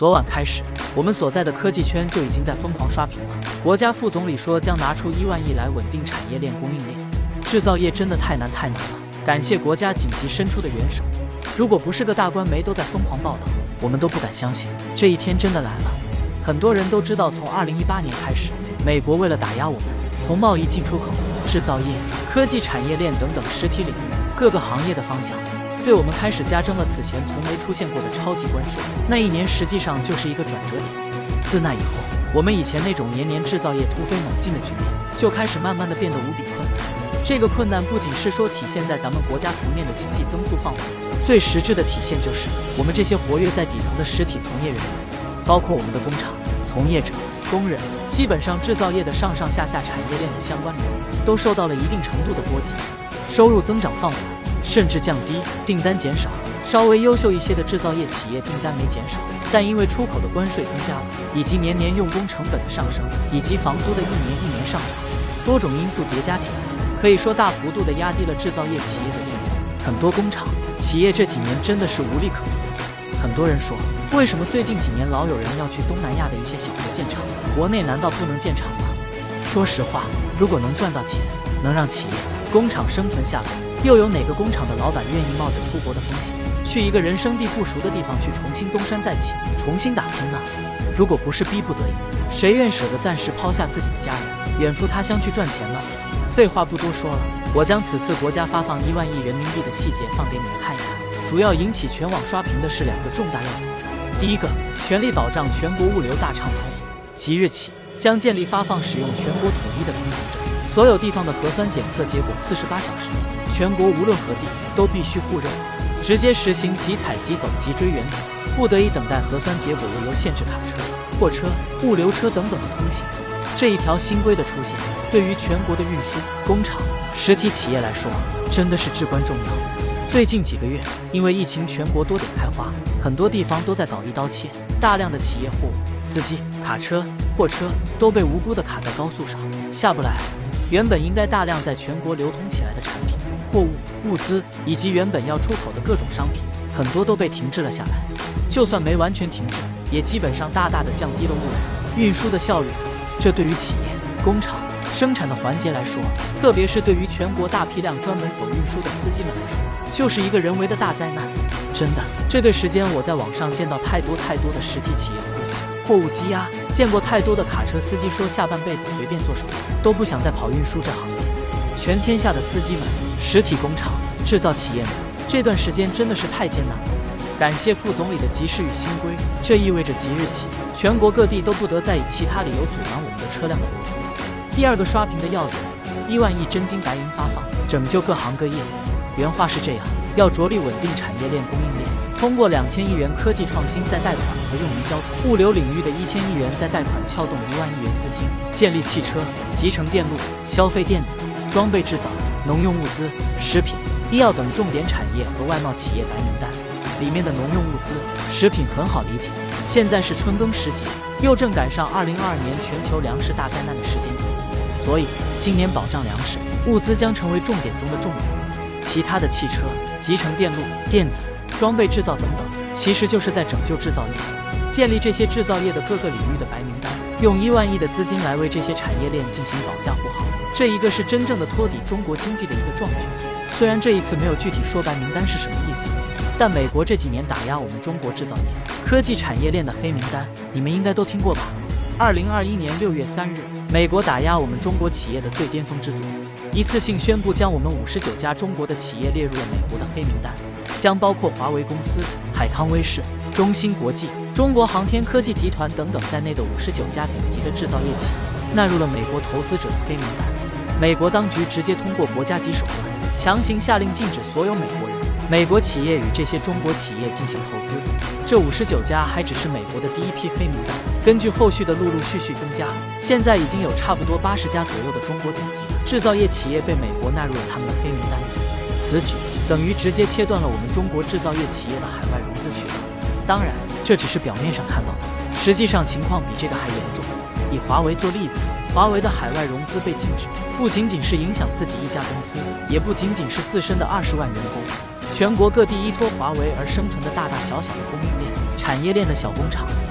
昨晚开始，我们所在的科技圈就已经在疯狂刷屏了。国家副总理说将拿出1万亿来稳定产业链供应链。制造业真的太难了，感谢国家紧急伸出的援手。如果不是个大官媒都在疯狂报道，我们都不敢相信这一天真的来了。很多人都知道，从2018年开始，美国为了打压我们，从贸易进出口、制造业、科技产业链等等实体领域各个行业的方向，对我们开始加征了此前从没出现过的超级关税。那一年实际上就是一个转折点。自那以后，我们以前那种年年制造业突飞猛进的局面，就开始慢慢的变得无比困难。这个困难不仅是说体现在咱们国家层面的经济增速放缓，最实质的体现就是我们这些活跃在底层的实体从业人员，包括我们的工厂从业者、工人，基本上制造业的上上下下产业链的相关领域都受到了一定程度的波及，收入增长放缓，甚至降低，订单减少。稍微优秀一些的制造业企业订单没减少，但因为出口的关税增加了，以及年年用工成本的上升，以及房租的一年上涨，多种因素叠加起来，可以说大幅度地压低了制造业企业的订单。很多工厂企业这几年真的是无利可图。很多人说，为什么最近几年老有人要去东南亚的一些小国建厂，国内难道不能建厂吗？说实话，如果能赚到钱，能让企业、工厂生存下来，又有哪个工厂的老板愿意冒着出国的风险，去一个人生地不熟的地方去重新东山再起，重新打拼呢？如果不是逼不得已，谁愿舍得暂时抛下自己的家人，远赴他乡去赚钱呢？废话不多说了，我将此次国家发放1万亿人民币的细节放给你们看一看。主要引起全网刷屏的是2个重大要点。第一个，全力保障全国物流大畅通，即日起将建立发放使用全国统一的通行证，所有地方的核酸检测结果48小时内，全国无论何地都必须互认，直接实行即采即走即追原则，不得以等待核酸结果为由限制卡车、货车、物流车等等的通行。这一条新规的出现，对于全国的运输、工厂、实体企业来说，真的是至关重要。最近几个月，因为疫情全国多点开花，很多地方都在搞一刀切，大量的企业货物、司机、卡车、货车都被无辜的卡在高速上，下不来。原本应该大量在全国流通起来的产品、货物、物资，以及原本要出口的各种商品，很多都被停滞了下来。就算没完全停滞，也基本上大大的降低了物流运输的效率。这对于企业、工厂、生产的环节来说，特别是对于全国大批量专门走运输的司机们来说，就是一个人为的大灾难。真的，这段时间我在网上见到太多的实体企业的哭诉，货物积压，见过太多的卡车司机说下半辈子随便做什么都不想再跑运输这行业。全天下的司机们、实体工厂、制造企业们，这段时间真的是太艰难了。感谢副总理的及时与新规，这意味着即日起，全国各地都不得再以其他理由阻拦我们的车辆的流通。第二个刷屏的要点，1万亿真金白银发放，拯救各行各业。原话是这样，要着力稳定产业链供应链，通过2000亿元科技创新再贷款和用于交通、物流领域的1000亿元再贷款，撬动1万亿元资金，建立汽车、集成电路、消费电子、装备制造、农用物资、食品、医药等重点产业和外贸企业白名单。里面的农用物资、食品很好理解，现在是春耕时节，又正赶上2022年全球粮食大灾难的时间点，所以今年保障粮食、物资将成为重点中的重点。其他的汽车、集成电路、电子、装备制造等等，其实就是在拯救制造业，建立这些制造业的各个领域的白名单，用1万亿的资金来为这些产业链进行保驾护航。这一个是真正的托底中国经济的一个壮举。虽然这一次没有具体说白名单是什么意思，但美国这几年打压我们中国制造业、科技产业链的黑名单，你们应该都听过吧？2021年6月3日，美国打压我们中国企业的最巅峰之作，一次性宣布将我们59家中国的企业列入了美国的黑名单，将包括华为公司、海康威视、中芯国际、中国航天科技集团等等在内的59家顶级的制造业企业纳入了美国投资者的黑名单。美国当局直接通过国家级手段，强行下令禁止所有美国人、美国企业与这些中国企业进行投资。这59家还只是美国的第一批黑名单，根据后续的陆续增加，现在已经有差不多80家左右的中国顶级的制造业企业被美国纳入了他们的黑名单里。此举等于直接切断了我们中国制造业企业的海外融资渠道。当然，这只是表面上看到的，实际上情况比这个还严重。以华为做例子，华为的海外融资被禁止，不仅仅是影响自己一家公司，也不仅仅是自身的20万员工，全国各地依托华为而生存的大大小小的供应链、产业链的小工厂、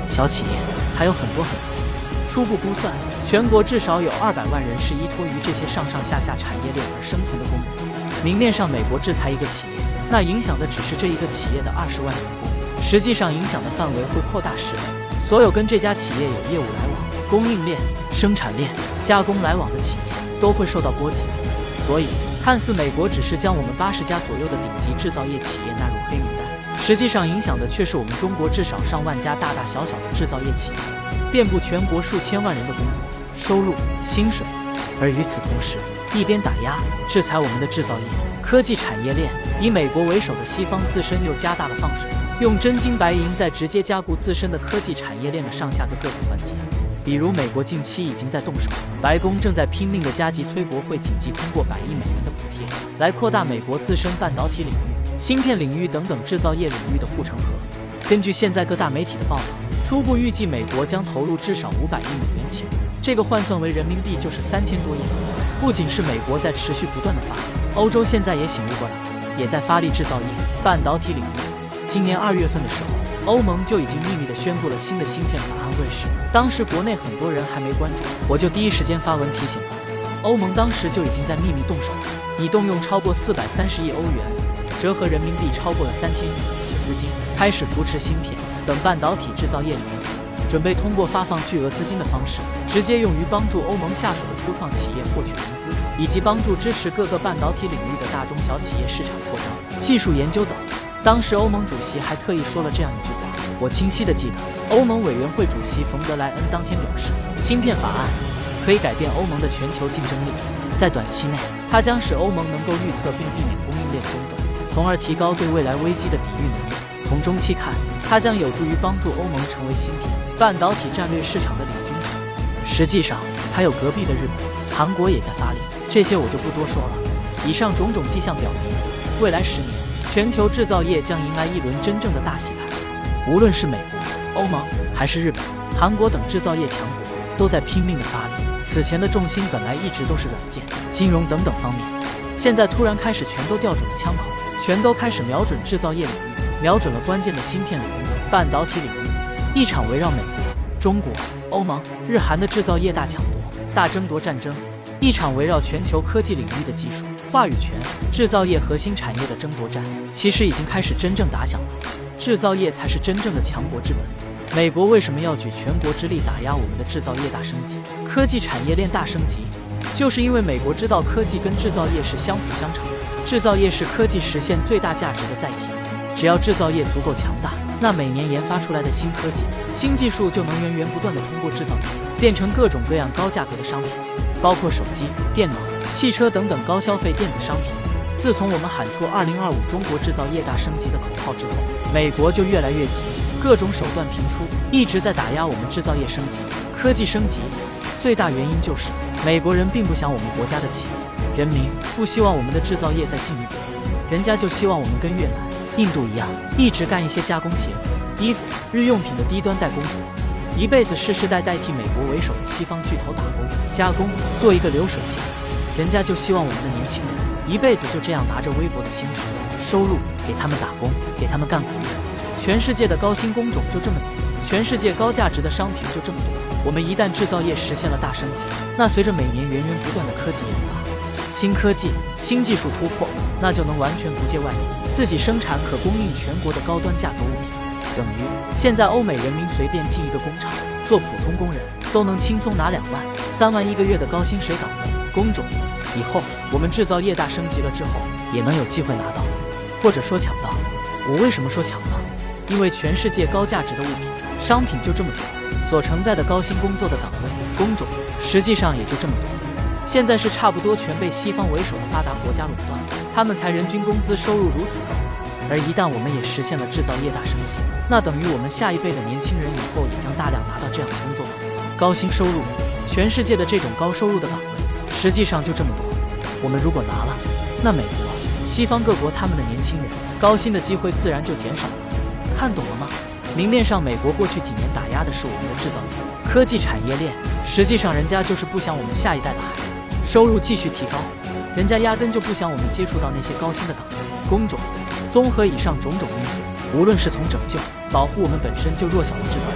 小企业，还有很多很多。初步估算，全国至少有200万人是依托于这些上上下下产业链而生存的工人。明面上美国制裁一个企业，那影响的只是这一个企业的20万员工，实际上影响的范围会扩大10倍。所有跟这家企业有业务来往、供应链、生产链、加工来往的企业都会受到波及。所以，看似美国只是将我们80家左右的顶级制造业企业纳入黑名单，实际上影响的却是我们中国至少上万家大大小小的制造业企业，遍布全国数千万人的工作、收入、薪水。而与此同时，一边打压、制裁我们的制造业、科技产业链，以美国为首的西方自身又加大了放水，用真金白银在直接加固自身的科技产业链的上下各个环节。比如，美国近期已经在动手，白宫正在拼命的加急催国会紧急通过100亿美元的补贴，来扩大美国自身半导体领域、芯片领域等等制造业领域的护城河。根据现在各大媒体的报道，初步预计美国将投入至少500亿美元起步，这个换算为人民币就是3000多亿。不仅是美国在持续不断的发力，欧洲现在也醒悟过来，也在发力制造业、半导体领域。今年2月份的时候，欧盟就已经秘密地宣布了新的芯片法案问世，当时国内很多人还没关注，我就第一时间发文提醒了。欧盟当时就已经在秘密动手了，已动用超过430亿欧元，折合人民币超过了3000亿的资金，开始扶持芯片等半导体制造业领域，准备通过发放巨额资金的方式，直接用于帮助欧盟下属的初创企业获取融资，以及帮助支持各个半导体领域的大中小企业市场扩张、技术研究等。当时欧盟主席还特意说了这样一句话，我清晰地记得，欧盟委员会主席冯德莱恩当天表示，芯片法案可以改变欧盟的全球竞争力，在短期内，它将使欧盟能够预测并避免供应链中断，从而提高对未来危机的抵御能力。从中期看，它将有助于帮助欧盟成为芯片、半导体战略市场的领军者。实际上，还有隔壁的日本、韩国也在发力，这些我就不多说了。以上种种迹象表明，未来10年，全球制造业将迎来一轮真正的大洗牌。无论是美国、欧盟还是日本、韩国等制造业强国，都在拼命的发力。此前的重心本来一直都是软件、金融等等方面，现在突然开始全都调准了枪口，全都开始瞄准制造业领域，瞄准了关键的芯片领域、半导体领域。一场围绕美国、中国、欧盟、日韩的制造业大抢夺、大争夺战争，一场围绕全球科技领域的技术、话语权、制造业核心产业的争夺战，其实已经开始真正打响了。制造业才是真正的强国之本。美国为什么要举全国之力打压我们的制造业大升级、科技产业链大升级？就是因为美国知道科技跟制造业是相辅相成的，制造业是科技实现最大价值的载体。只要制造业足够强大，那每年研发出来的新科技、新技术就能源源不断地通过制造业，变成各种各样高价格的商品，包括手机、电脑、汽车等等高消费电子商品。自从我们喊出2025中国制造业大升级的口号之后，美国就越来越急，各种手段频出，一直在打压我们制造业升级、科技升级。最大原因就是美国人并不想我们国家的企业、人民不希望我们的制造业再进一步，人家就希望我们跟越南、印度一样，一直干一些加工鞋子、衣服、日用品的低端代工活，一辈子世世代代替美国为首的西方巨头打工、加工，做一个流水线。人家就希望我们的年轻人一辈子就这样拿着微薄的薪水、收入给他们打工，给他们干苦力。全世界的高薪工种就这么点，全世界高价值的商品就这么多。我们一旦制造业实现了大升级，那随着每年源源不断的科技研发、新科技、新技术突破，那就能完全不借外力，自己生产可供应全国的高端价格物品。等于现在欧美人民随便进一个工厂做普通工人，都能轻松拿2万、3万一个月的高薪水岗位、工种。以后我们制造业大升级了之后，也能有机会拿到，或者说抢到。我为什么说抢到？因为全世界高价值的物品、商品就这么多，所承载的高薪工作的岗位、工种，实际上也就这么多。现在是差不多全被西方为首的发达国家垄断，他们才人均工资收入如此高。而一旦我们也实现了制造业大升级，那等于我们下一辈的年轻人以后也将大量拿到这样的工作岗位、高薪收入。全世界的这种高收入的岗位，实际上就这么多。我们如果拿了，那美国、西方各国他们的年轻人高薪的机会自然就减少了。看懂了吗？明面上美国过去几年打压的是我们的制造业、科技产业链，实际上人家就是不想我们下一代的孩子收入继续提高，人家压根就不想我们接触到那些高薪的岗位、工种。综合以上种种因素，无论是从拯救、保护我们本身就弱小的制造业、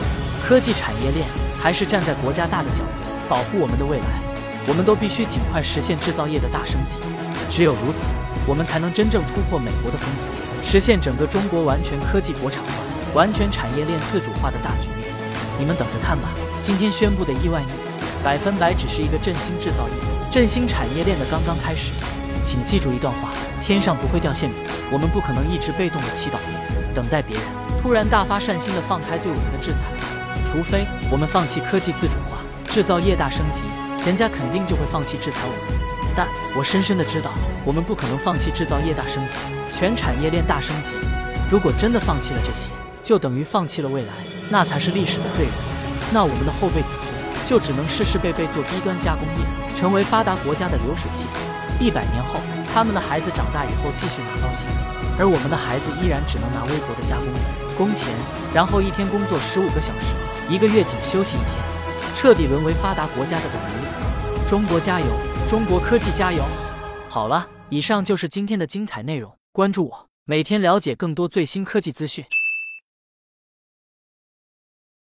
科技产业链还是站在国家大的角度保护我们的未来，我们都必须尽快实现制造业的大升级。只有如此，我们才能真正突破美国的封锁，实现整个中国完全科技国产化、完全产业链自主化的大局面。你们等着看吧！今天宣布的1万亿，100%只是一个振兴制造业、振兴产业链的刚刚开始。请记住一段话：天上不会掉馅饼，我们不可能一直被动的祈祷，等待别人突然大发善心的放开对我们的制裁。除非我们放弃科技自主化、制造业大升级，人家肯定就会放弃制裁我们。但我深深的知道，我们不可能放弃制造业大升级、全产业链大升级。如果真的放弃了这些，就等于放弃了未来，那才是历史的罪人。那我们的后辈子孙就只能世世辈辈做低端加工业，成为发达国家的流水线。100年后，他们的孩子长大以后继续拿高薪，而我们的孩子依然只能拿微薄的加工费、工钱，然后一天工作15个小时，1个月仅休息1天，彻底沦为发达国家的等奴隶。中国加油！中国科技加油！好了，以上就是今天的精彩内容，关注我，每天了解更多最新科技资讯。